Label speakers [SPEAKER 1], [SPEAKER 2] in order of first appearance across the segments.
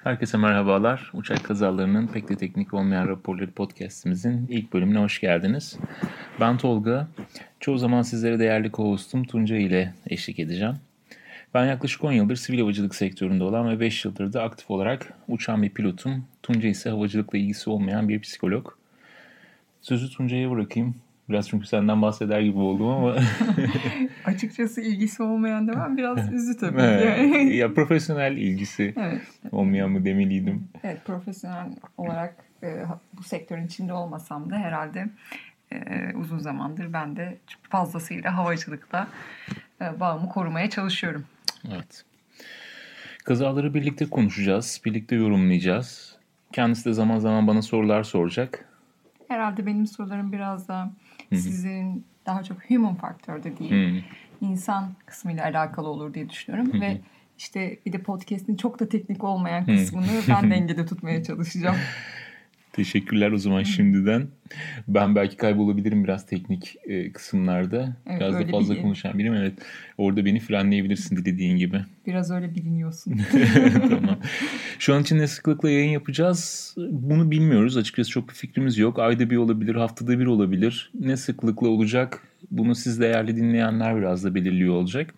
[SPEAKER 1] Herkese merhabalar. Uçak kazalarının pek de teknik olmayan raporları podcastimizin ilk bölümüne hoş geldiniz. Ben Tolga. Çoğu zaman sizlere değerli co-hostum Tunca ile eşlik edeceğim. Ben yaklaşık 10 yıldır sivil havacılık sektöründe olan ve 5 yıldır da aktif olarak uçan bir pilotum. Tunca ise havacılıkla ilgisi olmayan bir psikolog. Sözü Tunca'ya bırakayım. Biraz çünkü senden bahseder gibi oldum ama.
[SPEAKER 2] Açıkçası ilgisi olmayan demem biraz üzdü tabii.
[SPEAKER 1] Ya profesyonel ilgisi olmayan mı demeliydim.
[SPEAKER 2] Evet, profesyonel olarak bu sektörün içinde olmasam da herhalde uzun zamandır ben de fazlasıyla havacılıkta bağımı korumaya çalışıyorum.
[SPEAKER 1] Evet. Kazaları birlikte konuşacağız, birlikte yorumlayacağız. Kendisi de zaman zaman bana sorular soracak.
[SPEAKER 2] Herhalde benim sorularım biraz da sizin daha çok human faktörde değil, insan kısmıyla alakalı olur diye düşünüyorum. Ve işte bir de podcast'in çok da teknik olmayan kısmını ben dengede tutmaya çalışacağım.
[SPEAKER 1] Teşekkürler o zaman şimdiden. Ben belki kaybolabilirim biraz teknik kısımlarda.
[SPEAKER 2] Evet,
[SPEAKER 1] biraz da fazla konuşan biriyim. Evet. Orada beni frenleyebilirsin dilediğin gibi.
[SPEAKER 2] Biraz öyle biliniyorsun.
[SPEAKER 1] Tamam. Şu an için ne sıklıkla yayın yapacağız? Bunu bilmiyoruz. Açıkçası çok bir fikrimiz yok. Ayda bir olabilir, haftada bir olabilir. Ne sıklıkla olacak? Bunu siz değerli dinleyenler biraz da belirliyor olacak.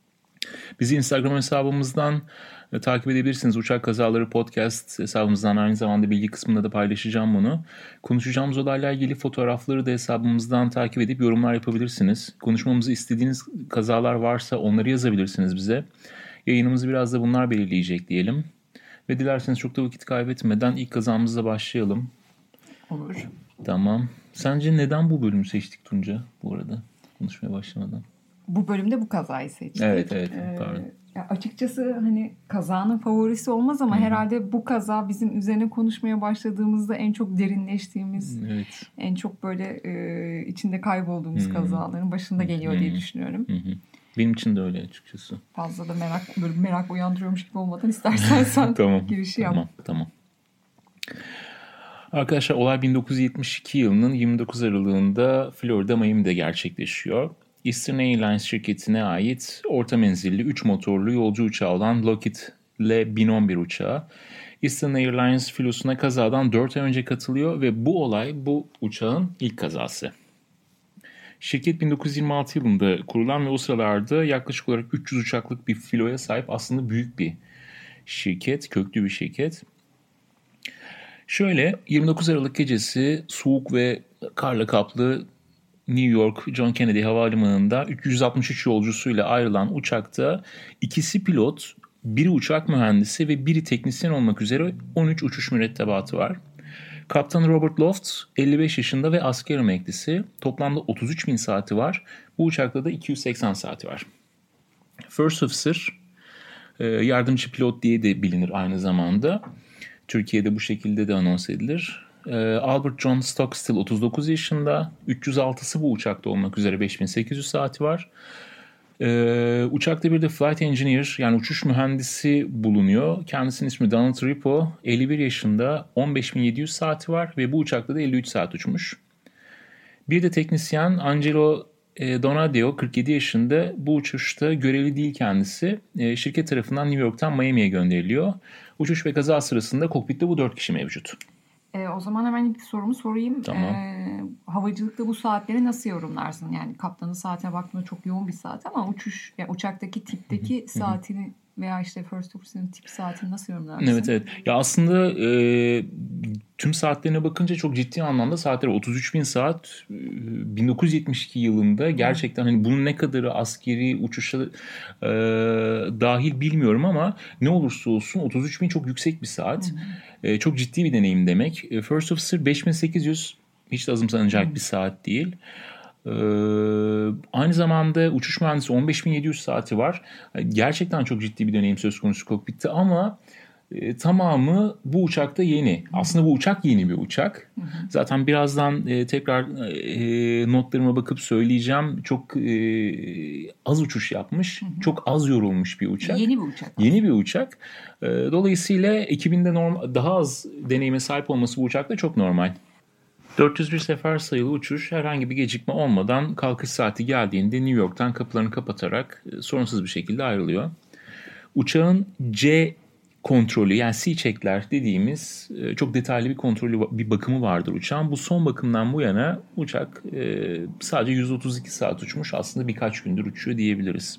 [SPEAKER 1] Bizi Instagram hesabımızdan takip edebilirsiniz. Uçak Kazaları Podcast hesabımızdan, aynı zamanda bilgi kısmında da paylaşacağım bunu. Konuşacağımız olayla ilgili fotoğrafları da hesabımızdan takip edip yorumlar yapabilirsiniz. Konuşmamızı istediğiniz kazalar varsa onları yazabilirsiniz bize. Yayınımızı biraz da bunlar belirleyecek diyelim. Ve dilerseniz çok da vakit kaybetmeden ilk kazamızla başlayalım.
[SPEAKER 2] Olur.
[SPEAKER 1] Tamam. Sence neden bu bölümü seçtik Tunca bu arada konuşmaya başlamadan?
[SPEAKER 2] Bu bölümde bu kazayı seçtik.
[SPEAKER 1] Evet, pardon.
[SPEAKER 2] Açıkçası hani kazanın favorisi olmaz ama herhalde bu kaza bizim üzerine konuşmaya başladığımızda en çok derinleştiğimiz, en çok böyle içinde kaybolduğumuz kazaların başında geliyor diye düşünüyorum.
[SPEAKER 1] Benim için de öyle açıkçası.
[SPEAKER 2] Fazla da merak uyandırıyormuş gibi olmadan istersen sen girişi yap.
[SPEAKER 1] Tamam. Arkadaşlar olay 1972 yılının 29 Aralığında Florida Miami'de gerçekleşiyor. Eastern Airlines şirketine ait orta menzilli 3 motorlu yolcu uçağı olan Lockheed L-1011 uçağı Eastern Airlines filosuna kazadan 4 ay önce katılıyor ve bu olay bu uçağın ilk kazası. Şirket 1926 yılında kurulan ve o sıralarda yaklaşık olarak 300 uçaklık bir filoya sahip aslında büyük bir şirket, köklü bir şirket. Şöyle 29 Aralık gecesi soğuk ve karla kaplı New York John Kennedy Havalimanı'nda 363 yolcusuyla ayrılan uçakta ikisi pilot, biri uçak mühendisi ve biri teknisyen olmak üzere 13 uçuş mürettebatı var. Kaptan Robert Loft 55 yaşında ve asker emeklisi. Toplamda 33.000 saati var. Bu uçakta da 280 saati var. First Officer, yardımcı pilot diye de bilinir aynı zamanda. Türkiye'de bu şekilde de anons edilir. Albert John Stockstill 39 yaşında. 306'sı bu uçakta olmak üzere 5800 saati var. Uçakta bir de flight engineer yani uçuş mühendisi bulunuyor. Kendisinin ismi Donald Ripo. 51 yaşında 15.700 saati var ve bu uçakta da 53 saat uçmuş. Bir de teknisyen Angelo Donadio 47 yaşında, bu uçuşta görevli değil kendisi. Şirket tarafından New York'tan Miami'ye gönderiliyor. Uçuş ve kaza sırasında kokpitte bu 4 kişi mevcut.
[SPEAKER 2] O zaman hemen ilk sorumu sorayım.
[SPEAKER 1] Tamam.
[SPEAKER 2] Havacılıkta bu saatleri nasıl yorumlarsın? Yani kaptanın saatine baktığında çok yoğun bir saat ama uçaktaki tipteki saatini veya işte First Officer'ın tip saatini nasıl yorumlarsın?
[SPEAKER 1] Evet. Ya aslında tüm saatlerine bakınca çok ciddi anlamda saatleri 33.000 saat 1972 yılında gerçekten hani bunun ne kadarı askeri uçuşa dahil bilmiyorum ama ne olursa olsun 33.000 çok yüksek bir saat. Çok ciddi bir deneyim demek. First Officer 5.800 hiç de azımsanacak bir saat değil. Aynı zamanda uçuş mühendisi 15.700 saati var. Gerçekten çok ciddi bir deneyim söz konusu kokpitte ama tamamı bu uçakta yeni. Aslında bu uçak yeni bir uçak. Zaten birazdan tekrar notlarıma bakıp söyleyeceğim. Çok az uçuş yapmış. Çok az yorulmuş bir uçak.
[SPEAKER 2] Yeni bir uçak.
[SPEAKER 1] Yeni bir uçak. Dolayısıyla ekibinde daha az deneyime sahip olması bu uçakta çok normal. 401 sefer sayılı uçuş herhangi bir gecikme olmadan kalkış saati geldiğinde New York'tan kapılarını kapatarak sorunsuz bir şekilde ayrılıyor. Uçağın kontrolü, yani C-check'ler dediğimiz çok detaylı bir kontrolü, bir bakımı vardır uçağın. Bu son bakımdan bu yana uçak sadece 132 saat uçmuş. Aslında birkaç gündür uçuyor diyebiliriz.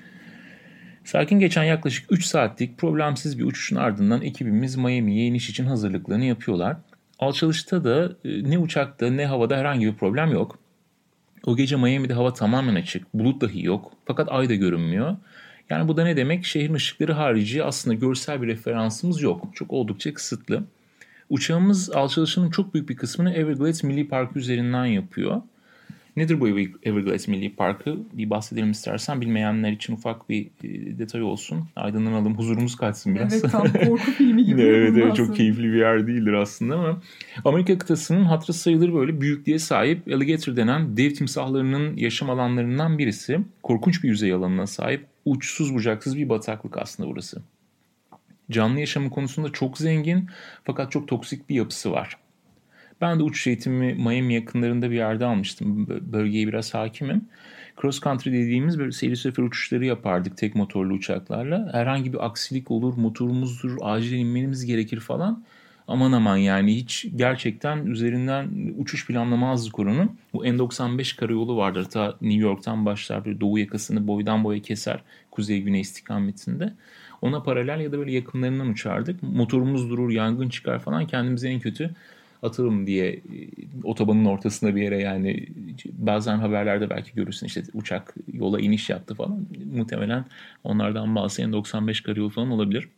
[SPEAKER 1] Sakin geçen yaklaşık 3 saatlik problemsiz bir uçuşun ardından ekibimiz Miami'ye iniş için hazırlıklarını yapıyorlar. Alçalışta da ne uçakta ne havada herhangi bir problem yok. O gece Miami'de hava tamamen açık, bulut dahi yok, fakat ay da görünmüyor. Yani bu da ne demek? Şehrin ışıkları harici aslında görsel bir referansımız yok. Çok oldukça kısıtlı. Uçağımız alçalışının çok büyük bir kısmını Everglades Milli Parkı üzerinden yapıyor. Nedir bu Everglades Milli Parkı? Bir bahsedelim istersen, bilmeyenler için ufak bir detay olsun. Aydınlanalım, huzurumuz kaçsın biraz.
[SPEAKER 2] Evet, tam korku filmi gibi.
[SPEAKER 1] Evet, çok keyifli bir yer değildir aslında ama Amerika kıtasının hatırı sayılır böyle büyüklüğe sahip alligator denen dev timsahlarının yaşam alanlarından birisi. Korkunç bir yüzey alanına sahip, uçsuz bucaksız bir bataklık aslında burası. Canlı yaşamı konusunda çok zengin fakat çok toksik bir yapısı var. Ben de uçuş eğitimi Miami yakınlarında bir yerde almıştım. Bölgeye biraz hakimim. Cross country dediğimiz böyle seyir sefer uçuşları yapardık tek motorlu uçaklarla. Herhangi bir aksilik olur, motorumuzdur, acil inmemiz gerekir falan. Aman aman, yani hiç gerçekten üzerinden uçuş planlamazdık oranın. Bu N95 karayolu vardır. Ta New York'tan başlar, böyle doğu yakasını boydan boya keser kuzey-güney istikametinde. Ona paralel ya da böyle yakınlarından uçardık. Motorumuz durur, yangın çıkar falan, kendimizi en kötü atalım diye otobanın ortasında bir yere, yani bazen haberlerde belki görürsün işte uçak yola iniş yaptı falan. Muhtemelen onlardan bazısı N95 karayolu falan olabilir.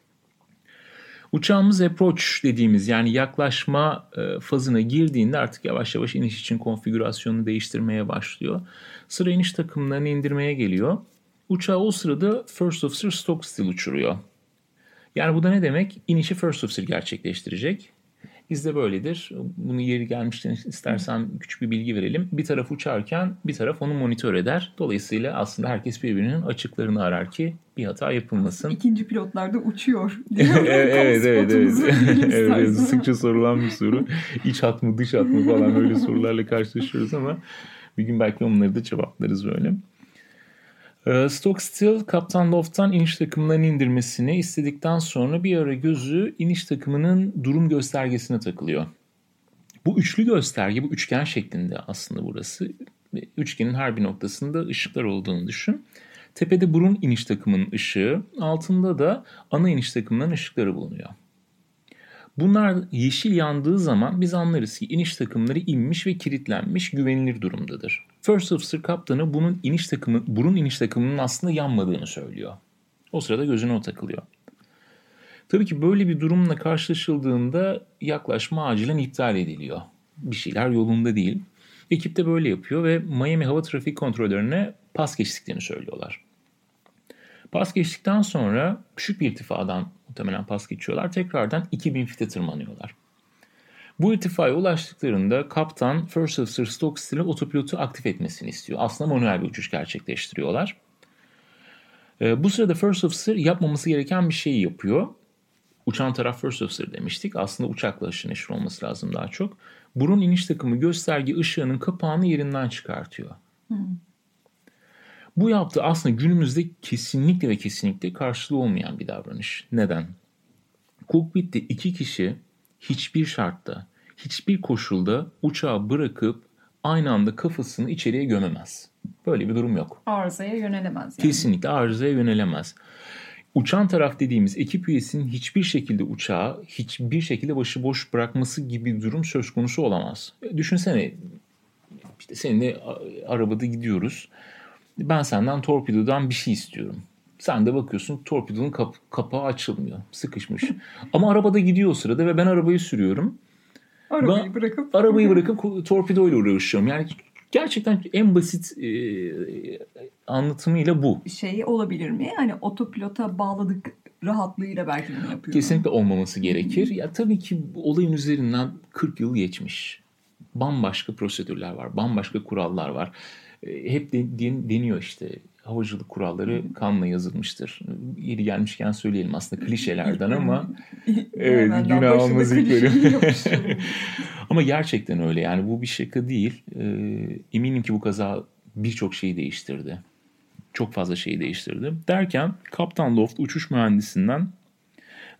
[SPEAKER 1] Uçağımız approach dediğimiz, yani yaklaşma fazına girdiğinde artık yavaş yavaş iniş için konfigürasyonunu değiştirmeye başlıyor. Sıra iniş takımlarını indirmeye geliyor. Uçağı o sırada First Officer Stock Still uçuruyor. Yani bu da ne demek? İnişi First Officer gerçekleştirecek. Bizde böyledir. Bunu yeri gelmişken istersen küçük bir bilgi verelim. Bir taraf uçarken bir taraf onu monitör eder. Dolayısıyla aslında herkes birbirinin açıklarını arar ki bir hata yapılmasın.
[SPEAKER 2] İkinci pilotlar da uçuyor.
[SPEAKER 1] Evet, sıkça sorulan bir soru. İç hat mı dış hat mı falan, böyle sorularla karşılaşıyoruz ama bir gün belki onları da cevaplarız böyle. Stock Still, Kaptan Loft'tan iniş takımlarını indirmesini istedikten sonra bir ara gözü iniş takımının durum göstergesine takılıyor. Bu üçlü gösterge, bu üçgen şeklinde aslında burası. Üçgenin her bir noktasında ışıklar olduğunu düşün. Tepede burun iniş takımının ışığı, altında da ana iniş takımının ışıkları bulunuyor. Bunlar yeşil yandığı zaman biz anlarız ki iniş takımları inmiş ve kilitlenmiş, güvenilir durumdadır. First Officer kaptanı burun iniş takımının aslında yanmadığını söylüyor. O sırada gözüne o takılıyor. Tabii ki böyle bir durumla karşılaşıldığında yaklaşma acilen iptal ediliyor. Bir şeyler yolunda değil. Ekip de böyle yapıyor ve Miami hava trafik kontrolörüne pas geçtiklerini söylüyorlar. Pas geçtikten sonra küçük bir irtifadan muhtemelen pas geçiyorlar. Tekrardan 2000 fite tırmanıyorlar. Bu irtifaya ulaştıklarında kaptan First Officer Stock Still'e otopilotu aktif etmesini istiyor. Aslında manuel bir uçuş gerçekleştiriyorlar. Bu sırada First Officer yapmaması gereken bir şeyi yapıyor. Uçan taraf First Officer demiştik. Aslında uçakla haşır neşir olması lazım daha çok. Burun iniş takımı gösterge ışığının kapağını yerinden çıkartıyor. Bu yaptığı aslında günümüzde kesinlikle ve kesinlikle karşılığı olmayan bir davranış. Neden? Kokpitte 2 kişi hiçbir şartta, hiçbir koşulda uçağı bırakıp aynı anda kafasını içeriye gömemez. Böyle bir durum yok.
[SPEAKER 2] Arızaya yönelemez. Yani.
[SPEAKER 1] Kesinlikle arızaya yönelemez. Uçan taraf dediğimiz ekip üyesinin hiçbir şekilde uçağı hiçbir şekilde başıboş bırakması gibi bir durum söz konusu olamaz. Düşünsene, işte seninle arabada gidiyoruz. Ben senden torpidodan bir şey istiyorum. Sen de bakıyorsun torpidonun kapağı açılmıyor. Sıkışmış. Ama arabada gidiyor o sırada ve ben arabayı sürüyorum. Arabayı bırakıp torpidoyla uğraşıyorum. Yani gerçekten en basit anlatımıyla bu.
[SPEAKER 2] Şey olabilir mi? Hani otopilota bağladık rahatlığıyla belki bunu yapıyor.
[SPEAKER 1] Kesinlikle olmaması gerekir. Ya tabii ki olayın üzerinden 40 yıl geçmiş. Bambaşka prosedürler var. Bambaşka kurallar var. Hep deniyor işte, havacılık kuralları kanla yazılmıştır. Yeri gelmişken söyleyelim, aslında klişelerden ama evet, günah olmaz ilk. Ama gerçekten öyle, yani bu bir şaka değil. Eminim ki bu kaza birçok şeyi değiştirdi. Çok fazla şeyi değiştirdi. Derken Kaptan Loft uçuş mühendisinden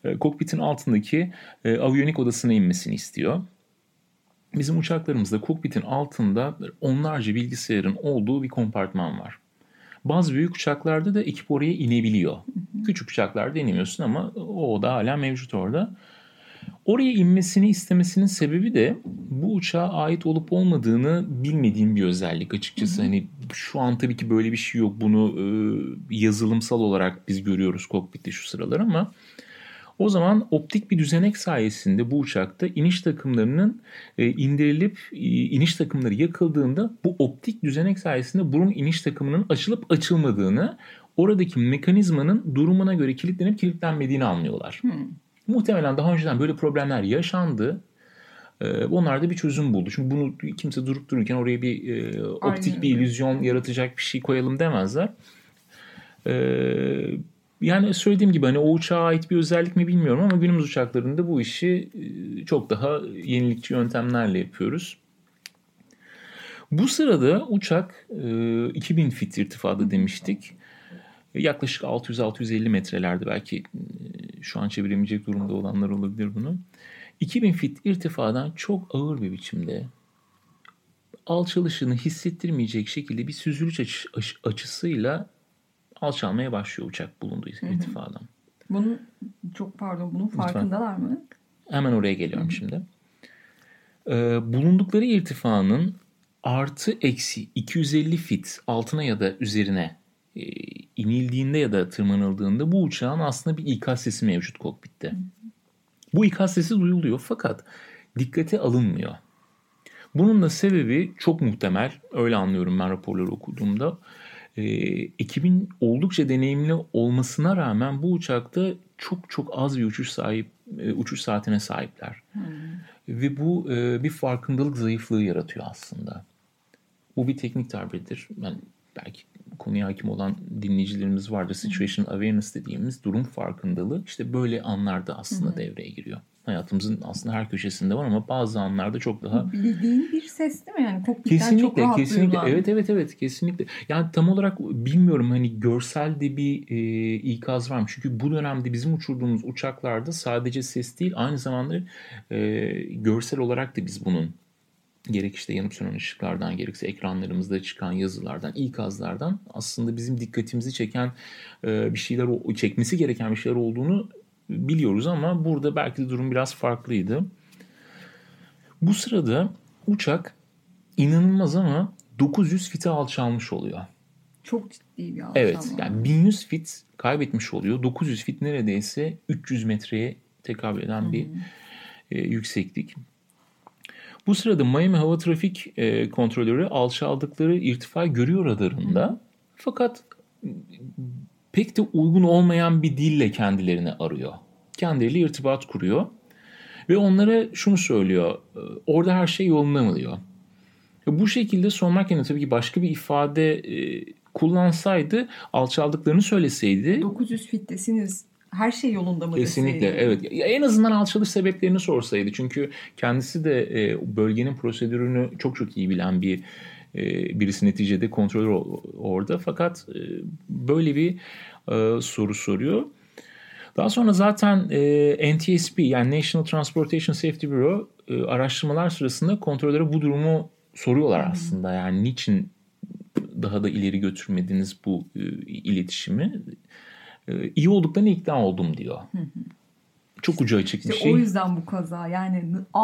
[SPEAKER 1] kokpitin altındaki aviyonik odasına inmesini istiyor. Bizim uçaklarımızda kokpitin altında onlarca bilgisayarın olduğu bir kompartman var. Bazı büyük uçaklarda da ekip oraya inebiliyor. Küçük uçaklarda inemiyorsun ama o oda hala mevcut orada. Oraya inmesini istemesinin sebebi de bu uçağa ait olup olmadığını bilmediğim bir özellik açıkçası. Hani şu an tabii ki böyle bir şey yok. Bunu yazılımsal olarak biz görüyoruz kokpitte şu sıralar ama o zaman optik bir düzenek sayesinde bu uçakta iniş takımlarının indirilip iniş takımları yakıldığında bu optik düzenek sayesinde burun iniş takımının açılıp açılmadığını, oradaki mekanizmanın durumuna göre kilitlenip kilitlenmediğini anlıyorlar. Muhtemelen daha önceden böyle problemler yaşandı. Onlar da bir çözüm buldu. Çünkü bunu kimse durup dururken oraya bir optik bir illüzyon yaratacak bir şey koyalım demezler. Yani söylediğim gibi hani o uçağa ait bir özellik mi bilmiyorum ama günümüz uçaklarında bu işi çok daha yenilikçi yöntemlerle yapıyoruz. Bu sırada uçak 2000 fit irtifada demiştik. Yaklaşık 600-650 metrelerde, belki şu an çeviremeyecek durumda olanlar olabilir bunu. 2000 fit irtifadan çok ağır bir biçimde alçalışını hissettirmeyecek şekilde bir süzülüş açısıyla alçalmaya başlıyor uçak bulunduğu irtifadan.
[SPEAKER 2] Bunun farkındalar mı?
[SPEAKER 1] Hemen oraya geliyorum şimdi. Bulundukları irtifanın artı eksi 250 fit altına ya da üzerine inildiğinde ya da tırmanıldığında bu uçağın aslında bir ikaz sesi mevcut kokpitte. Bu ikaz sesi duyuluyor fakat dikkate alınmıyor. Bunun da sebebi çok muhtemel, öyle anlıyorum ben raporları okuduğumda. Ekibin oldukça deneyimli olmasına rağmen bu uçakta çok az bir uçuş saatine sahipler. Ve bu bir farkındalık zayıflığı yaratıyor aslında. Bu bir teknik tabirdir. Yani belki konuya hakim olan dinleyicilerimiz vardır. Situation awareness dediğimiz durum farkındalığı işte böyle anlarda aslında devreye giriyor. Hayatımızın aslında her köşesinde var ama bazı anlarda çok daha...
[SPEAKER 2] Bildiğin bir ses değil mi? Yani kokpitten çok rahat duyulan.
[SPEAKER 1] Evet kesinlikle. Yani tam olarak bilmiyorum hani görselde bir ikaz var mı? Çünkü bu dönemde bizim uçurduğumuz uçaklarda sadece ses değil aynı zamanda görsel olarak da biz bunun gerek işte yanıp sönen ışıklardan gerekse ekranlarımızda çıkan yazılardan, ikazlardan aslında bizim dikkatimizi çeken bir şeyler, çekmesi gereken bir şeyler olduğunu biliyoruz ama burada belki de durum biraz farklıydı. Bu sırada uçak inanılmaz ama 900 fite alçalmış oluyor.
[SPEAKER 2] Çok ciddi bir alçalma.
[SPEAKER 1] Evet, yani 1100 fit kaybetmiş oluyor. 900 fit neredeyse 300 metreye tekabül eden bir yükseklik. Bu sırada Miami Hava Trafik Kontrolörü alçaldıkları irtifayı görüyor radarında. Fakat pek de uygun olmayan bir dille kendilerini arıyor. Kendileriyle irtibat kuruyor. Ve onlara şunu söylüyor. Orada her şey yolunda mı diyor. Bu şekilde sormak yerine tabii ki başka bir ifade kullansaydı, alçaldıklarını söyleseydi.
[SPEAKER 2] 900 fittesiniz. Her şey yolunda mı
[SPEAKER 1] Kesinlikle
[SPEAKER 2] deseydi?
[SPEAKER 1] evet. En azından alçalış sebeplerini sorsaydı. Çünkü kendisi de bölgenin prosedürünü çok iyi bilen birisi, neticede kontrolör orada. Fakat böyle bir soru soruyor. Daha sonra zaten NTSB yani National Transportation Safety Bureau araştırmalar sırasında kontrolöre bu durumu soruyorlar aslında. Yani niçin daha da ileri götürmediniz bu iletişimi? İyi olduklarına ikna oldum diyor. Çok ucu açık
[SPEAKER 2] işte
[SPEAKER 1] bir şey.
[SPEAKER 2] O yüzden bu kaza yani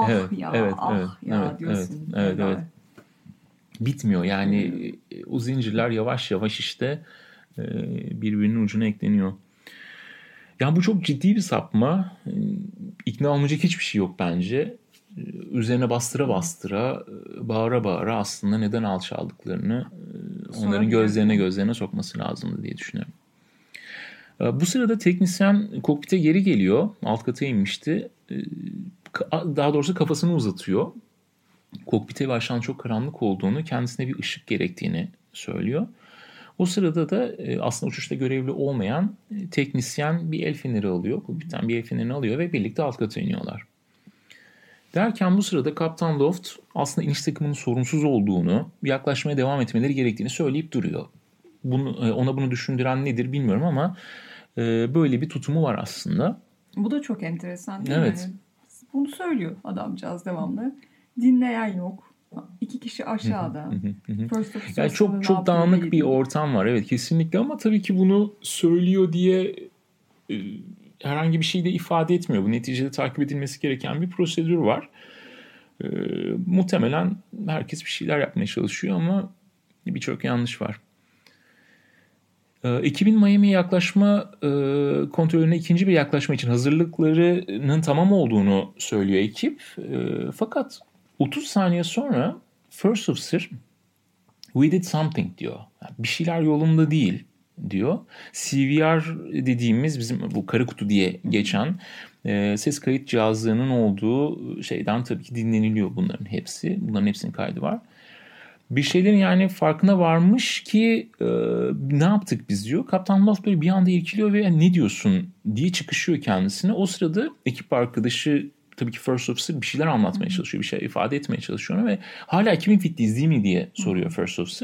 [SPEAKER 2] diyorsun.
[SPEAKER 1] Evet. Bitmiyor yani o zincirler yavaş yavaş işte birbirinin ucuna ekleniyor. Yani bu çok ciddi bir sapma. İkna olmayacak hiçbir şey yok bence. Üzerine bastıra bağıra bağıra aslında neden alçaldıklarını onların gözlerine sokması lazımdı diye düşünüyorum. Bu sırada teknisyen kokpite geri geliyor. Alt kata inmişti. Daha doğrusu kafasını uzatıyor. Kokpite baştan çok karanlık olduğunu, kendisine bir ışık gerektiğini söylüyor. O sırada da aslında uçuşta görevli olmayan teknisyen bir el feneri alıyor. Kokpitten bir el fenerini alıyor ve birlikte alt kata iniyorlar. Derken bu sırada Kaptan Loft aslında iniş takımının sorunsuz olduğunu, yaklaşmaya devam etmeleri gerektiğini söyleyip duruyor. Ona bunu düşündüren nedir bilmiyorum ama böyle bir tutumu var aslında.
[SPEAKER 2] Bu da çok enteresan değil
[SPEAKER 1] evet.
[SPEAKER 2] mi? Bunu söylüyor adamcağız devamlı. Dinleyen yok. 2 kişi aşağıda.
[SPEAKER 1] Yani çok dağınık bir ortam var. Evet, kesinlikle, ama tabii ki bunu söylüyor diye herhangi bir şey de ifade etmiyor. Bu neticede takip edilmesi gereken bir prosedür var. Muhtemelen herkes bir şeyler yapmaya çalışıyor ama birçok yanlış var. Ekibin Miami'ye yaklaşma kontrolüne ikinci bir yaklaşma için hazırlıklarının tamam olduğunu söylüyor ekip. Fakat 30 saniye sonra First Officer "We did something" diyor. Yani bir şeyler yolunda değil diyor. CVR dediğimiz bizim bu kara kutu diye geçen ses kayıt cihazlarının olduğu şeyden tabii ki dinleniliyor bunların hepsi. Bunların hepsinin kaydı var. Bir şeylerin yani farkına varmış ki ne yaptık biz diyor. Kaptan Loft böyle bir anda irkiliyor ve ne diyorsun diye çıkışıyor kendisine. O sırada ekip arkadaşı tabii ki First Officer bir şeyler anlatmaya çalışıyor. Bir şey ifade etmeye çalışıyor ve hala 2000 fitliyiz değil mi diye soruyor First Officer.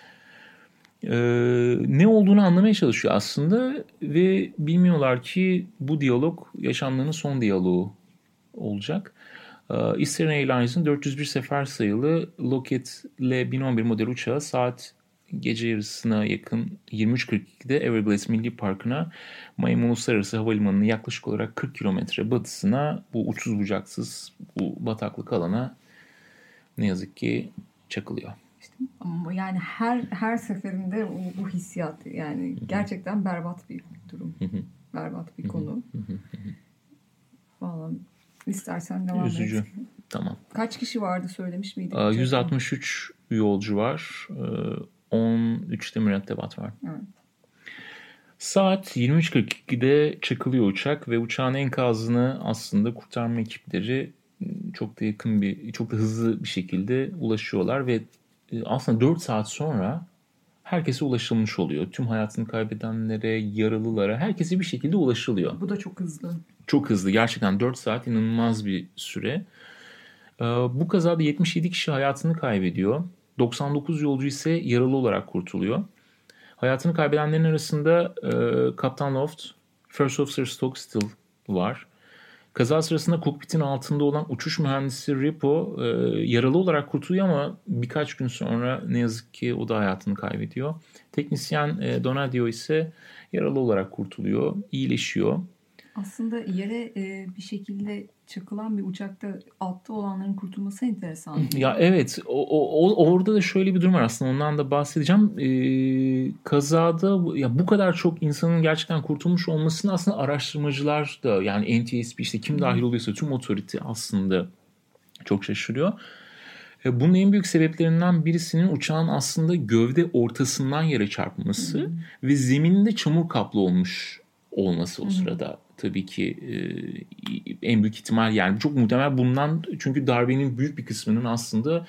[SPEAKER 1] Ne olduğunu anlamaya çalışıyor aslında ve bilmiyorlar ki bu diyalog yaşamlarının son diyaloğu olacak. Eastern Airlines'ın 401 sefer sayılı Lockheed L1011 model uçağı saat gece yarısına yakın 23.42'de Everglades Milli Parkı'na Miami Uluslararası Havalimanı'nın yaklaşık olarak 40 kilometre batısına bu uçsuz bucaksız bu bataklık alana ne yazık ki çakılıyor.
[SPEAKER 2] Ama yani her seferinde bu hissiyat yani gerçekten berbat bir durum. Berbat bir konu. Vallahi istersen devam et.
[SPEAKER 1] Üzücü. Tamam.
[SPEAKER 2] Kaç kişi vardı söylemiş miydik?
[SPEAKER 1] 163 yolcu var. 13'te mürettebat var.
[SPEAKER 2] Evet.
[SPEAKER 1] Saat 23.42'de çakılıyor uçak ve uçağın enkazını aslında kurtarma ekipleri çok da hızlı bir şekilde ulaşıyorlar ve aslında 4 saat sonra herkese ulaşılmış oluyor. Tüm hayatını kaybedenlere, yaralılara, herkese bir şekilde ulaşılıyor.
[SPEAKER 2] Bu da çok hızlı.
[SPEAKER 1] Çok hızlı. Gerçekten 4 saat inanılmaz bir süre. Bu kazada 77 kişi hayatını kaybediyor. 99 yolcu ise yaralı olarak kurtuluyor. Hayatını kaybedenlerin arasında Kaptan Loft, First Officer Stockstill var. Kaza sırasında kokpitin altında olan uçuş mühendisi Ripo yaralı olarak kurtuluyor ama birkaç gün sonra ne yazık ki o da hayatını kaybediyor. Teknisyen Donadio ise yaralı olarak kurtuluyor, iyileşiyor.
[SPEAKER 2] Aslında yere bir şekilde çakılan bir uçakta altta olanların kurtulması enteresan.
[SPEAKER 1] Ya evet, orada da şöyle bir durum var aslında, ondan da bahsedeceğim. Kazada ya bu kadar çok insanın gerçekten kurtulmuş olmasını aslında araştırmacılar da yani NTSB işte kim dahil oluyorsa tüm otorite aslında çok şaşırıyor. Bunun en büyük sebeplerinden birisinin uçağın aslında gövde ortasından yere çarpması ve zemininde çamur kaplı olmuş olması o sırada. Tabii ki en büyük ihtimal yani çok muhtemel bundan çünkü darbenin büyük bir kısmının aslında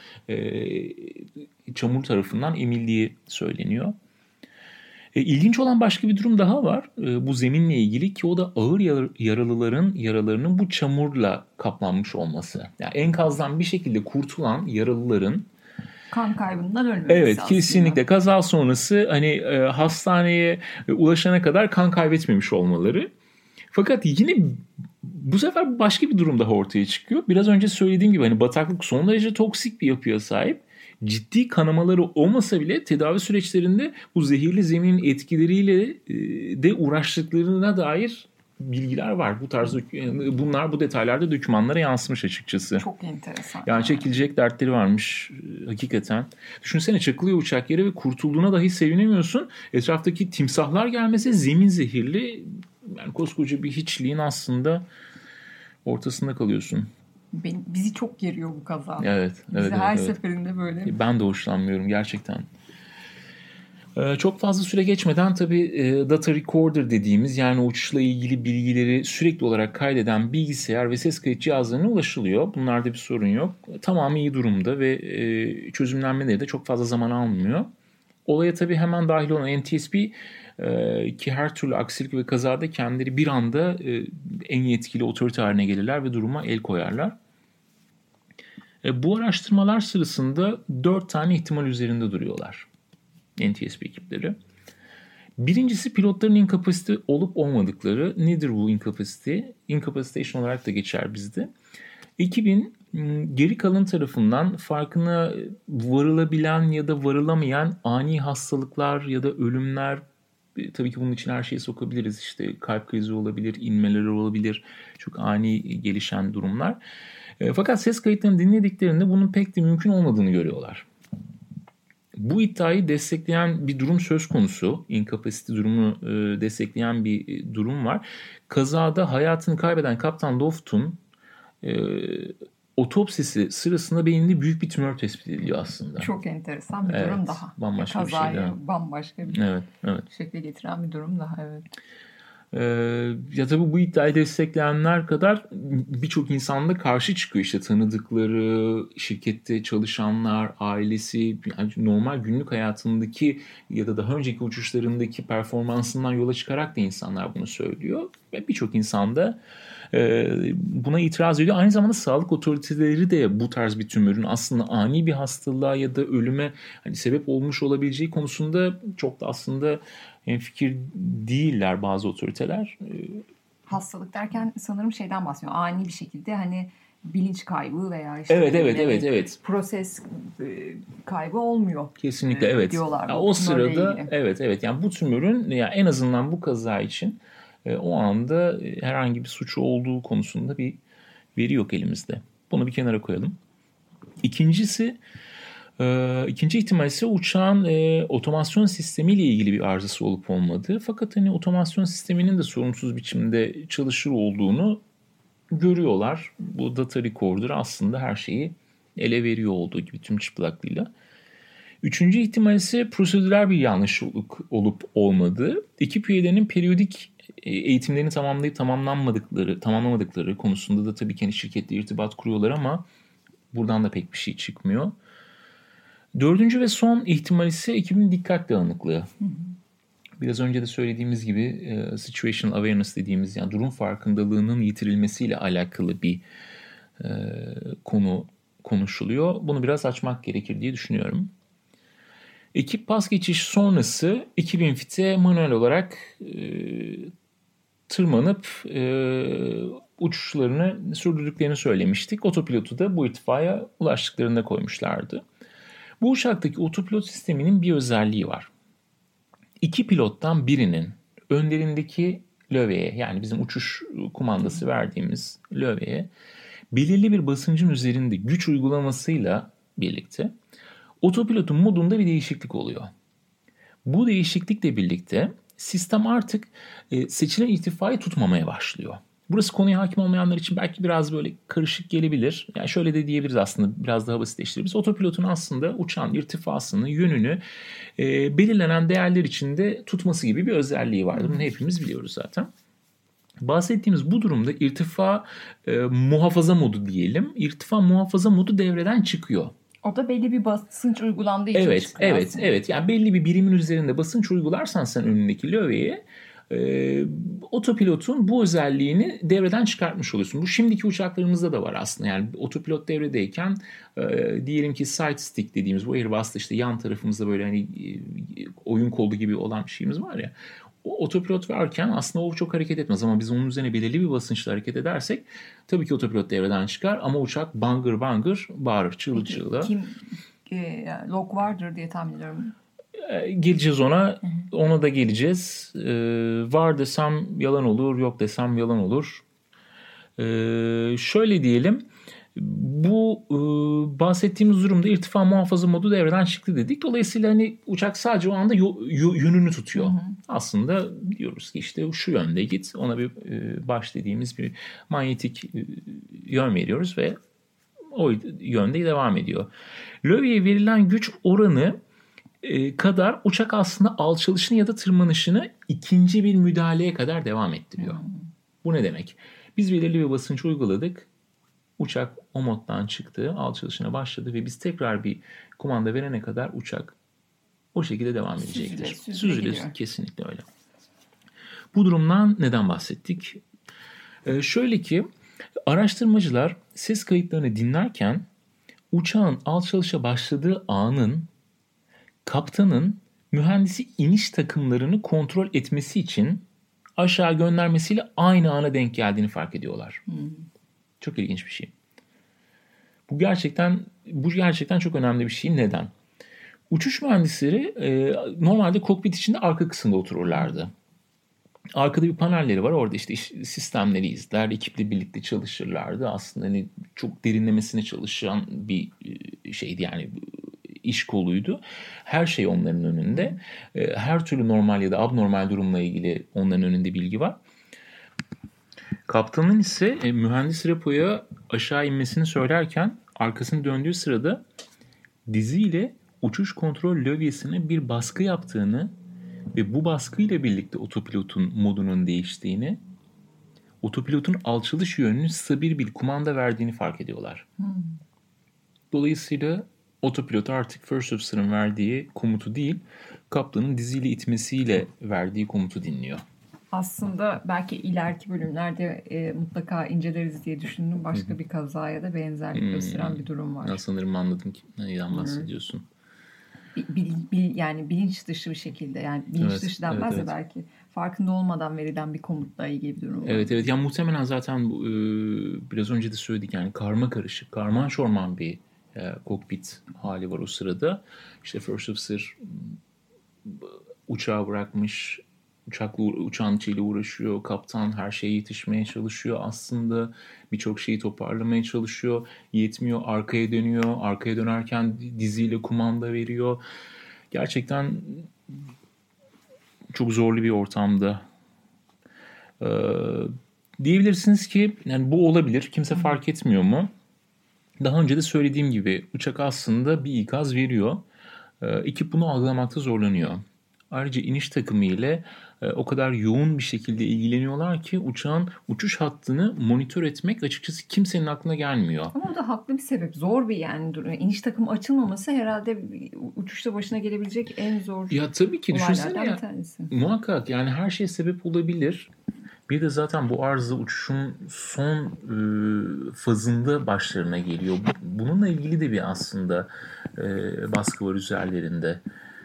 [SPEAKER 1] çamur tarafından emildiği söyleniyor. İlginç olan başka bir durum daha var bu zeminle ilgili ki o da ağır yaralıların yaralarının bu çamurla kaplanmış olması. Yani enkazdan bir şekilde kurtulan yaralıların
[SPEAKER 2] kan kaybından ölmemesi
[SPEAKER 1] evet,
[SPEAKER 2] aslında.
[SPEAKER 1] kesinlikle kaza sonrası hani hastaneye ulaşana kadar kan kaybetmemiş olmaları. Fakat yine bu sefer başka bir durum daha ortaya çıkıyor. Biraz önce söylediğim gibi hani bataklık son derece toksik bir yapıya sahip. Ciddi kanamaları olmasa bile tedavi süreçlerinde bu zehirli zeminin etkileriyle de uğraştıklarına dair bilgiler var. Bunlar bu detaylarda dokümanlara yansımış açıkçası.
[SPEAKER 2] Çok enteresan.
[SPEAKER 1] Yani çekilecek dertleri varmış hakikaten. Düşünsene çakılıyor uçak yere ve kurtulduğuna dahi sevinemiyorsun. Etraftaki timsahlar gelmese zemin zehirli. Yani koskoca bir hiçliğin aslında ortasında kalıyorsun.
[SPEAKER 2] Bizi çok geriyor bu kaza.
[SPEAKER 1] Evet.
[SPEAKER 2] Her seferinde böyle.
[SPEAKER 1] Ben de hoşlanmıyorum gerçekten. Çok fazla süre geçmeden tabii data recorder dediğimiz yani uçuşla ilgili bilgileri sürekli olarak kaydeden bilgisayar ve ses kayıt cihazlarına ulaşılıyor. Bunlarda bir sorun yok. Tamamı iyi durumda ve çözümlenmeleri de çok fazla zaman almıyor. Olaya tabii hemen dahil olan NTSB ki her türlü aksilik ve kazada kendileri bir anda en yetkili otorite haline gelirler ve duruma el koyarlar. Bu araştırmalar sırasında 4 tane ihtimal üzerinde duruyorlar NTSB ekipleri. Birincisi pilotların incapacity olup olmadıkları. Nedir bu incapacity? Incapacitation olarak da geçer bizde. Ekibin geri kalan tarafından farkına varılabilen ya da varılamayan ani hastalıklar ya da ölümler, tabii ki bunun için her şeyi sokabiliriz. İşte kalp krizi olabilir, inmeleri olabilir, çok ani gelişen durumlar. Fakat ses kayıtlarını dinlediklerinde bunun pek de mümkün olmadığını görüyorlar. Bu iddiayı destekleyen bir durum söz konusu. Incapacity durumunu destekleyen bir durum var. Kazada hayatını kaybeden Kaptan Loft'un otopsisi sırasında beyninde büyük bir tümör tespit ediliyor aslında.
[SPEAKER 2] Çok enteresan bir durum daha.
[SPEAKER 1] Bambaşka
[SPEAKER 2] Kazayı
[SPEAKER 1] bir şey daha.
[SPEAKER 2] bambaşka bir şekle getiren bir durum daha. Evet.
[SPEAKER 1] Ya tabii bu iddiayı destekleyenler kadar birçok insan da karşı çıkıyor. İşte tanıdıkları, şirkette çalışanlar, ailesi, yani normal günlük hayatındaki ya da daha önceki uçuşlarındaki performansından yola çıkarak da insanlar bunu söylüyor. Ve birçok insan da buna itiraz ediyor. Aynı zamanda sağlık otoriteleri de bu tarz bir tümörün aslında ani bir hastalığa ya da ölüme hani sebep olmuş olabileceği konusunda çok da aslında hemfikir değiller bazı otoriteler.
[SPEAKER 2] Hastalık derken sanırım şeyden bahsediyor. Ani bir şekilde hani bilinç kaybı veya işte
[SPEAKER 1] evet.
[SPEAKER 2] Proses kaybı olmuyor.
[SPEAKER 1] Kesinlikle evet.
[SPEAKER 2] Diyorlar.
[SPEAKER 1] O sırada evet. Yani bu tümörün yani en azından bu kaza için o anda herhangi bir suçu olduğu konusunda bir veri yok elimizde. Bunu bir kenara koyalım. İkinci ihtimal ise uçağın otomasyon sistemiyle ilgili bir arızası olup olmadığı. Fakat hani otomasyon sisteminin de sorunsuz biçimde çalışır olduğunu görüyorlar. Bu data recorder aslında her şeyi ele veriyor olduğu gibi tüm çıplaklığıyla. Üçüncü ihtimal ise prosedürel bir yanlışlık olup olmadığı. Ekip üyelerinin periyodik eğitimlerini tamamlayıp tamamlamadıkları konusunda da tabii ki şirketle irtibat kuruyorlar ama buradan da pek bir şey çıkmıyor. Dördüncü ve son ihtimal ise ekibin dikkat dağınıklığı. Biraz önce de söylediğimiz gibi situational awareness dediğimiz yani durum farkındalığının yitirilmesiyle alakalı bir konu konuşuluyor. Bunu biraz açmak gerekir diye düşünüyorum. Ekip pas geçiş sonrası 2000 fite manuel olarak tırmanıp uçuşlarını sürdürdüklerini söylemiştik. Otopilotu da bu irtifaya ulaştıklarında koymuşlardı. Bu uçaktaki otopilot sisteminin bir özelliği var. İki pilottan birinin önlerindeki lövyeye yani bizim uçuş kumandası verdiğimiz lövyeye belirli bir basıncın üzerinde güç uygulamasıyla birlikte otopilotun modunda bir değişiklik oluyor. Bu değişiklikle birlikte sistem artık seçilen irtifayı tutmamaya başlıyor. Burası konuya hakim olmayanlar için belki biraz böyle karışık gelebilir. Yani şöyle de diyebiliriz aslında biraz daha basitleştiririz. Otopilotun aslında uçağın irtifasını, yönünü belirlenen değerler içinde tutması gibi bir özelliği vardır. Bunu hepimiz biliyoruz zaten. Bahsettiğimiz bu durumda irtifa muhafaza modu diyelim. İrtifa muhafaza modu devreden çıkıyor.
[SPEAKER 2] O da belli bir basınç uygulandığı için çıkıyor.
[SPEAKER 1] Evet. Yani belli bir birimin üzerinde basınç uygularsan sen önündeki lövyeye otopilotun bu özelliğini devreden çıkartmış oluyorsun. Bu şimdiki uçaklarımızda da var aslında. Yani otopilot devredeyken diyelim ki side stick dediğimiz bu Airbus'ta işte yan tarafımızda böyle hani oyun kolu gibi olan bir şeyimiz var ya. O otopilot varken aslında o çok hareket etmez ama biz onun üzerine belirli bir basınçla hareket edersek tabii ki otopilot devreden çıkar ama uçak bangır bangır bağırır çığlık çığlığa.
[SPEAKER 2] Kim log vardır diye tahmin ediyorum.
[SPEAKER 1] Geleceğiz ona. Ona da geleceğiz. Var desem yalan olur, yok desem yalan olur. Şöyle diyelim. Bu bahsettiğimiz durumda irtifa muhafaza modu devreden çıktı dedik. Dolayısıyla hani uçak sadece o anda yönünü tutuyor. Aslında diyoruz ki işte şu yönde git. Ona bir baş dediğimiz bir manyetik yön veriyoruz ve o yönde devam ediyor. Lövyeye verilen güç oranı kadar uçak aslında alçalışını ya da tırmanışını ikinci bir müdahaleye kadar devam ettiriyor. Bu ne demek? Biz belirli bir basınç uyguladık. Uçak o moddan çıktı, alçalışına başladı ve biz tekrar bir kumanda verene kadar uçak o şekilde devam edecektir. Süzülür, kesinlikle öyle. Bu durumdan neden bahsettik? Şöyle ki araştırmacılar ses kayıtlarını dinlerken uçağın alçalışa başladığı anın kaptanın mühendisi iniş takımlarını kontrol etmesi için aşağı göndermesiyle aynı ana denk geldiğini fark ediyorlar. Çok ilginç bir şey. Bu gerçekten çok önemli bir şey. Neden? Uçuş mühendisleri normalde kokpit içinde arka kısımda otururlardı. Arkada bir panelleri var. Orada işte sistemleri izler, ekiple birlikte çalışırlardı. Aslında hani çok derinlemesine çalışan bir şeydi, yani iş koluydu. Her şey onların önünde. Her türlü normal ya da abnormal durumla ilgili onların önünde bilgi var. Kaptanın ise mühendis repoya aşağı inmesini söylerken arkasını döndüğü sırada diziyle uçuş kontrol lövyesine bir baskı yaptığını ve bu baskıyla birlikte otopilotun modunun değiştiğini, otopilotun alçalış yönünün stabil bir kumanda verdiğini fark ediyorlar. Dolayısıyla otopilot artık First Officer'ın verdiği komutu değil, kaptanın diziyle itmesiyle verdiği komutu dinliyor.
[SPEAKER 2] Aslında belki ileriki bölümlerde mutlaka inceleriz diye düşündüm. Başka bir kazaya da benzerlik gösteren bir durum var.
[SPEAKER 1] Sanırım anladım ki neyden bahsediyorsun.
[SPEAKER 2] Yani bilinç dışı bir şekilde, yani bilinç dışı denmez de belki farkında olmadan verilen bir komutla ilgili bir durum var.
[SPEAKER 1] Evet. Yani muhtemelen zaten biraz önce de söyledik, yani karma karışık, karman çorman bir kokpit hali var o sırada. İşte First Officer uçağı bırakmış, uçağın içiyle uğraşıyor. Kaptan her şeye yetişmeye çalışıyor. Aslında birçok şeyi toparlamaya çalışıyor. Yetmiyor, arkaya dönüyor. Arkaya dönerken diziyle kumanda veriyor. Gerçekten çok zorlu bir ortamda. Diyebilirsiniz ki yani bu olabilir. Kimse fark etmiyor mu? Daha önce de söylediğim gibi uçak aslında bir ikaz veriyor. Ekip bunu algılamakta zorlanıyor. Ayrıca iniş takımı ile o kadar yoğun bir şekilde ilgileniyorlar ki uçağın uçuş hattını monitör etmek açıkçası kimsenin aklına gelmiyor.
[SPEAKER 2] Ama o da haklı bir sebep. Zor bir durum. İniş takımı açılmaması herhalde uçuşta başına gelebilecek en zor
[SPEAKER 1] tabii ki düşünsene
[SPEAKER 2] bir tanesi.
[SPEAKER 1] Muhakkak yani her şey sebep olabilir. Bir de zaten bu arıza uçuşun son fazında başlarına geliyor. Bununla ilgili de bir aslında baskı var üzerlerinde.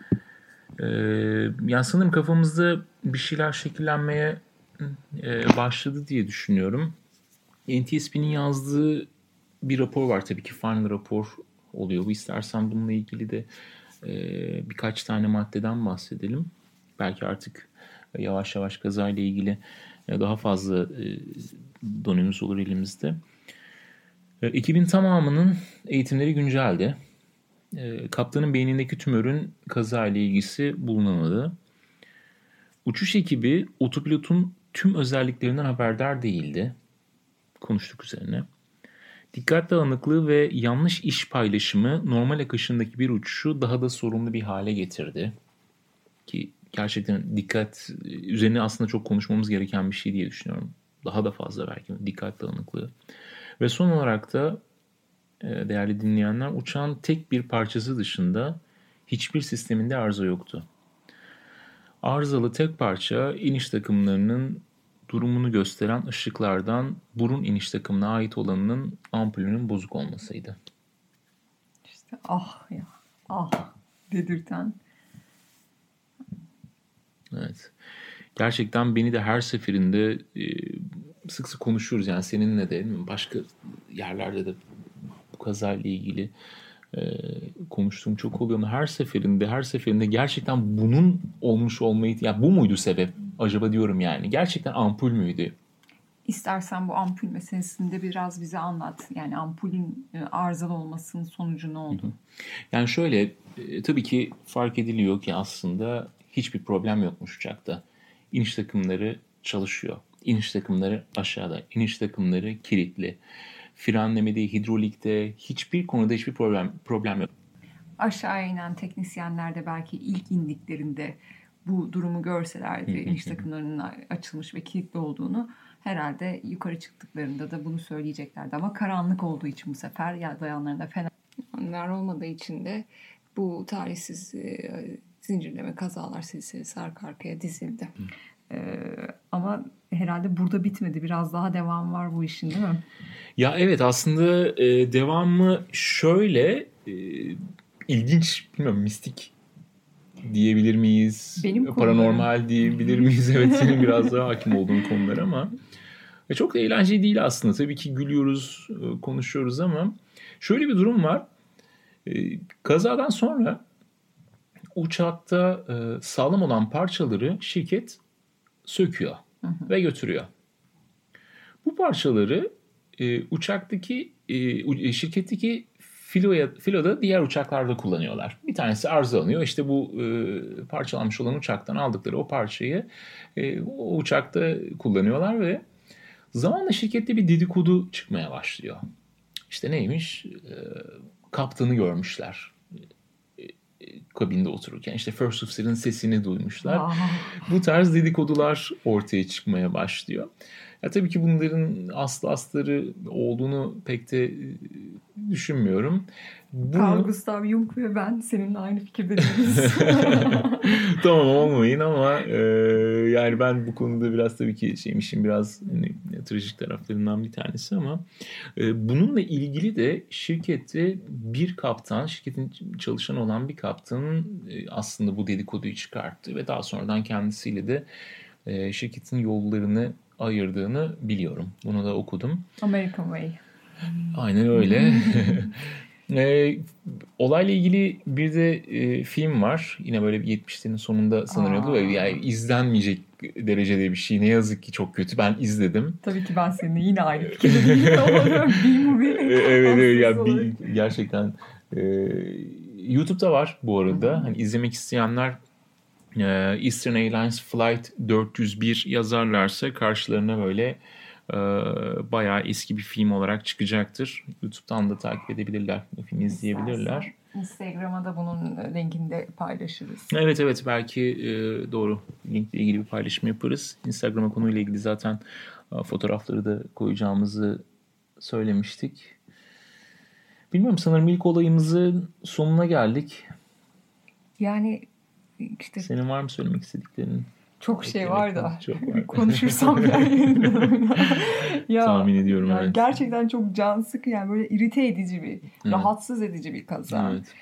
[SPEAKER 1] Yani sanırım kafamızda bir şeyler şekillenmeye başladı diye düşünüyorum. NTSB'nin yazdığı bir rapor var, tabii ki final rapor oluyor. Bu istersen bununla ilgili de birkaç tane maddeden bahsedelim. Belki artık yavaş yavaş kazayla ilgili daha fazla donanımımız olur elimizde. Ekibin tamamının eğitimleri günceldi. Kaptanın beynindeki tümörün kazayla ilgisi bulunamadı. Uçuş ekibi otopilotun tüm özelliklerinden haberdar değildi. Konuştuk üzerine. Dikkat dağınıklığı ve yanlış iş paylaşımı normal akışındaki bir uçuşu daha da sorunlu bir hale getirdi. Ki gerçekten dikkat üzerine aslında çok konuşmamız gereken bir şey diye düşünüyorum. Daha da fazla belki dikkat dağınıklığı. Ve son olarak da değerli dinleyenler, uçağın tek bir parçası dışında hiçbir sisteminde arıza yoktu. Arızalı tek parça iniş takımlarının durumunu gösteren ışıklardan burun iniş takımına ait olanının ampulünün bozuk olmasıydı.
[SPEAKER 2] İşte dedirten.
[SPEAKER 1] Evet. Gerçekten beni de her seferinde sık sık konuşuyoruz, yani seninle de başka yerlerde de bu kazayla ilgili konuştuğum çok oluyor ama her seferinde gerçekten bunun olmuş olmayı, ya bu muydu sebep acaba diyorum yani. Gerçekten ampul müydü?
[SPEAKER 2] İstersen bu ampul meselesinde biraz bize anlat. Yani ampulün arızalı olmasının sonucu ne oldu?
[SPEAKER 1] Yani şöyle, tabii ki fark ediliyor ki aslında hiçbir problem yokmuş uçakta. İniş takımları çalışıyor. İniş takımları aşağıda. İniş takımları kilitli. Frenlemede, hidrolikte hiçbir konuda hiçbir problem yok.
[SPEAKER 2] Aşağıya inen teknisyenler de belki ilk indiklerinde bu durumu görselerdi, iniş takımlarının açılmış ve kilitli olduğunu, herhalde yukarı çıktıklarında da bunu söyleyeceklerdi. Ama karanlık olduğu için bu sefer yanlarında fenerler olmadığı için de bu talihsiz zincirleme kazalar silsilesi arka arkaya dizildi. Ama herhalde burada bitmedi. Biraz daha devam var bu işin, değil mi?
[SPEAKER 1] Ya evet, aslında devamı şöyle ilginç, bilmiyorum, mistik diyebilir miyiz?
[SPEAKER 2] Benim
[SPEAKER 1] paranormal diyebilir miyiz? Evet, senin biraz daha hakim olduğun konular ama çok da eğlenceli değil aslında. Tabii ki gülüyoruz, konuşuyoruz ama şöyle bir durum var. Kazadan sonra uçakta sağlam olan parçaları şirket söküyor ve götürüyor. Bu parçaları şirketteki filoda diğer uçaklarda kullanıyorlar. Bir tanesi arızalanıyor. İşte bu parçalanmış olan uçaktan aldıkları o parçayı o uçakta kullanıyorlar ve zamanla şirkette bir dedikodu çıkmaya başlıyor. İşte neymiş? Kaptanı görmüşler. Kabinde otururken işte First Officer'ın sesini duymuşlar. Bu tarz dedikodular ortaya çıkmaya başlıyor. Ya tabii ki bunların asları olduğunu pek de düşünmüyorum.
[SPEAKER 2] Carl Gustav Jung ve ben seninle aynı fikirde değiliz.
[SPEAKER 1] Tamam, olmayın ama yani ben bu konuda biraz tabii ki işin biraz trajik taraflarından bir tanesi ama bununla ilgili de şirkette bir kaptan, şirketin çalışanı olan bir kaptanın aslında bu dedikoduyu çıkarttı ve daha sonradan kendisiyle de şirketin yollarını ayırdığını biliyorum. Bunu da okudum.
[SPEAKER 2] American Way.
[SPEAKER 1] Aynen öyle. Olayla ilgili bir de film var. Yine böyle 70'lerin sonunda sanırıyordu. Yani izlenmeyecek derecede bir şey. Ne yazık ki çok kötü. Ben izledim.
[SPEAKER 2] Tabii ki ben seninle yine aynı fikirde değilim.
[SPEAKER 1] Evet. Yani gerçekten YouTube'da var bu arada. Hani izlemek isteyenler Eastern Airlines Flight 401 yazarlarsa karşılarına böyle bayağı eski bir film olarak çıkacaktır. YouTube'dan da takip edebilirler. Bu filmi izleyebilirler.
[SPEAKER 2] Instagram'a da bunun linkini de paylaşırız.
[SPEAKER 1] Evet belki doğru. Linkle ilgili bir paylaşım yaparız. Instagram'a konuyla ilgili zaten fotoğrafları da koyacağımızı söylemiştik. Bilmiyorum, sanırım ilk olayımızın sonuna geldik.
[SPEAKER 2] Yani işte
[SPEAKER 1] senin var mı söylemek istediklerin?
[SPEAKER 2] Çok şey var da
[SPEAKER 1] çok var.
[SPEAKER 2] Konuşursam ya
[SPEAKER 1] tahmin ediyorum.
[SPEAKER 2] Yani
[SPEAKER 1] evet.
[SPEAKER 2] Gerçekten çok can sıkı, yani böyle irite edici bir, rahatsız edici bir kaza.
[SPEAKER 1] Evet.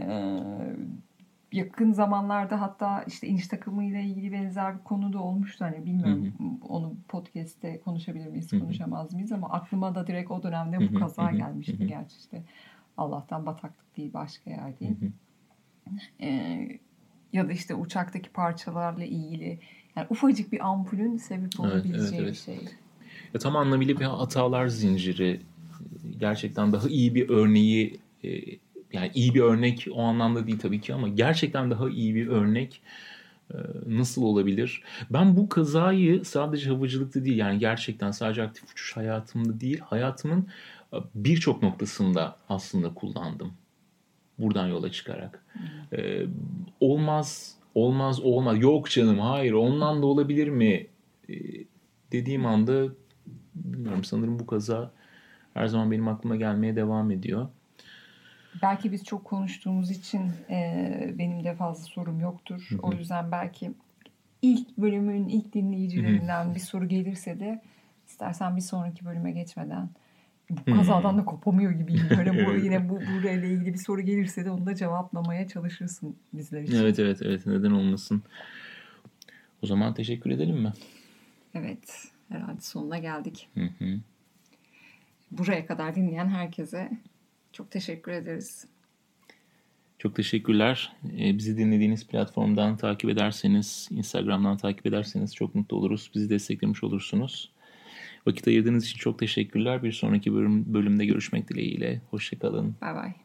[SPEAKER 2] Yakın zamanlarda hatta işte iniş takımıyla ilgili benzer bir konu da olmuştu. Hani bilmiyorum onu podcast'te konuşabilir miyiz, konuşamaz mıyız, ama aklıma da direkt o dönemde bu kaza gelmişti. Gerçi işte Allah'tan bataklık değil, başka yer değil. Ya da işte uçaktaki parçalarla ilgili, yani ufacık bir ampulün sebep olabileceği bir şey.
[SPEAKER 1] Ya, tam anlamıyla bir hatalar zinciri. Gerçekten daha iyi bir örneği, yani iyi bir örnek o anlamda değil tabii ki ama gerçekten daha iyi bir örnek nasıl olabilir? Ben bu kazayı sadece havacılıkta değil, yani gerçekten sadece aktif uçuş hayatımda değil, hayatımın birçok noktasında aslında kullandım. Buradan yola çıkarak. Olmaz. Yok canım, hayır, ondan da olabilir mi? Dediğim anda bilmiyorum, sanırım bu kaza her zaman benim aklıma gelmeye devam ediyor.
[SPEAKER 2] Belki biz çok konuştuğumuz için benim de fazla sorum yoktur. O yüzden belki ilk bölümün ilk dinleyicilerinden bir soru gelirse de istersen bir sonraki bölüme geçmeden, bu kazadan da kopamıyor gibiyim. Böyle yine burayla ilgili bir soru gelirse de onu da cevaplamaya çalışırsın bizler için.
[SPEAKER 1] Evet, neden olmasın. O zaman teşekkür edelim mi?
[SPEAKER 2] Evet, herhalde sonuna geldik. Buraya kadar dinleyen herkese çok teşekkür ederiz.
[SPEAKER 1] Çok teşekkürler. Bizi dinlediğiniz platformdan takip ederseniz, Instagram'dan takip ederseniz çok mutlu oluruz. Bizi desteklemiş olursunuz. Vakit ayırdığınız için çok teşekkürler. Bir sonraki bölümde görüşmek dileğiyle. Hoşça kalın.
[SPEAKER 2] Bye bye.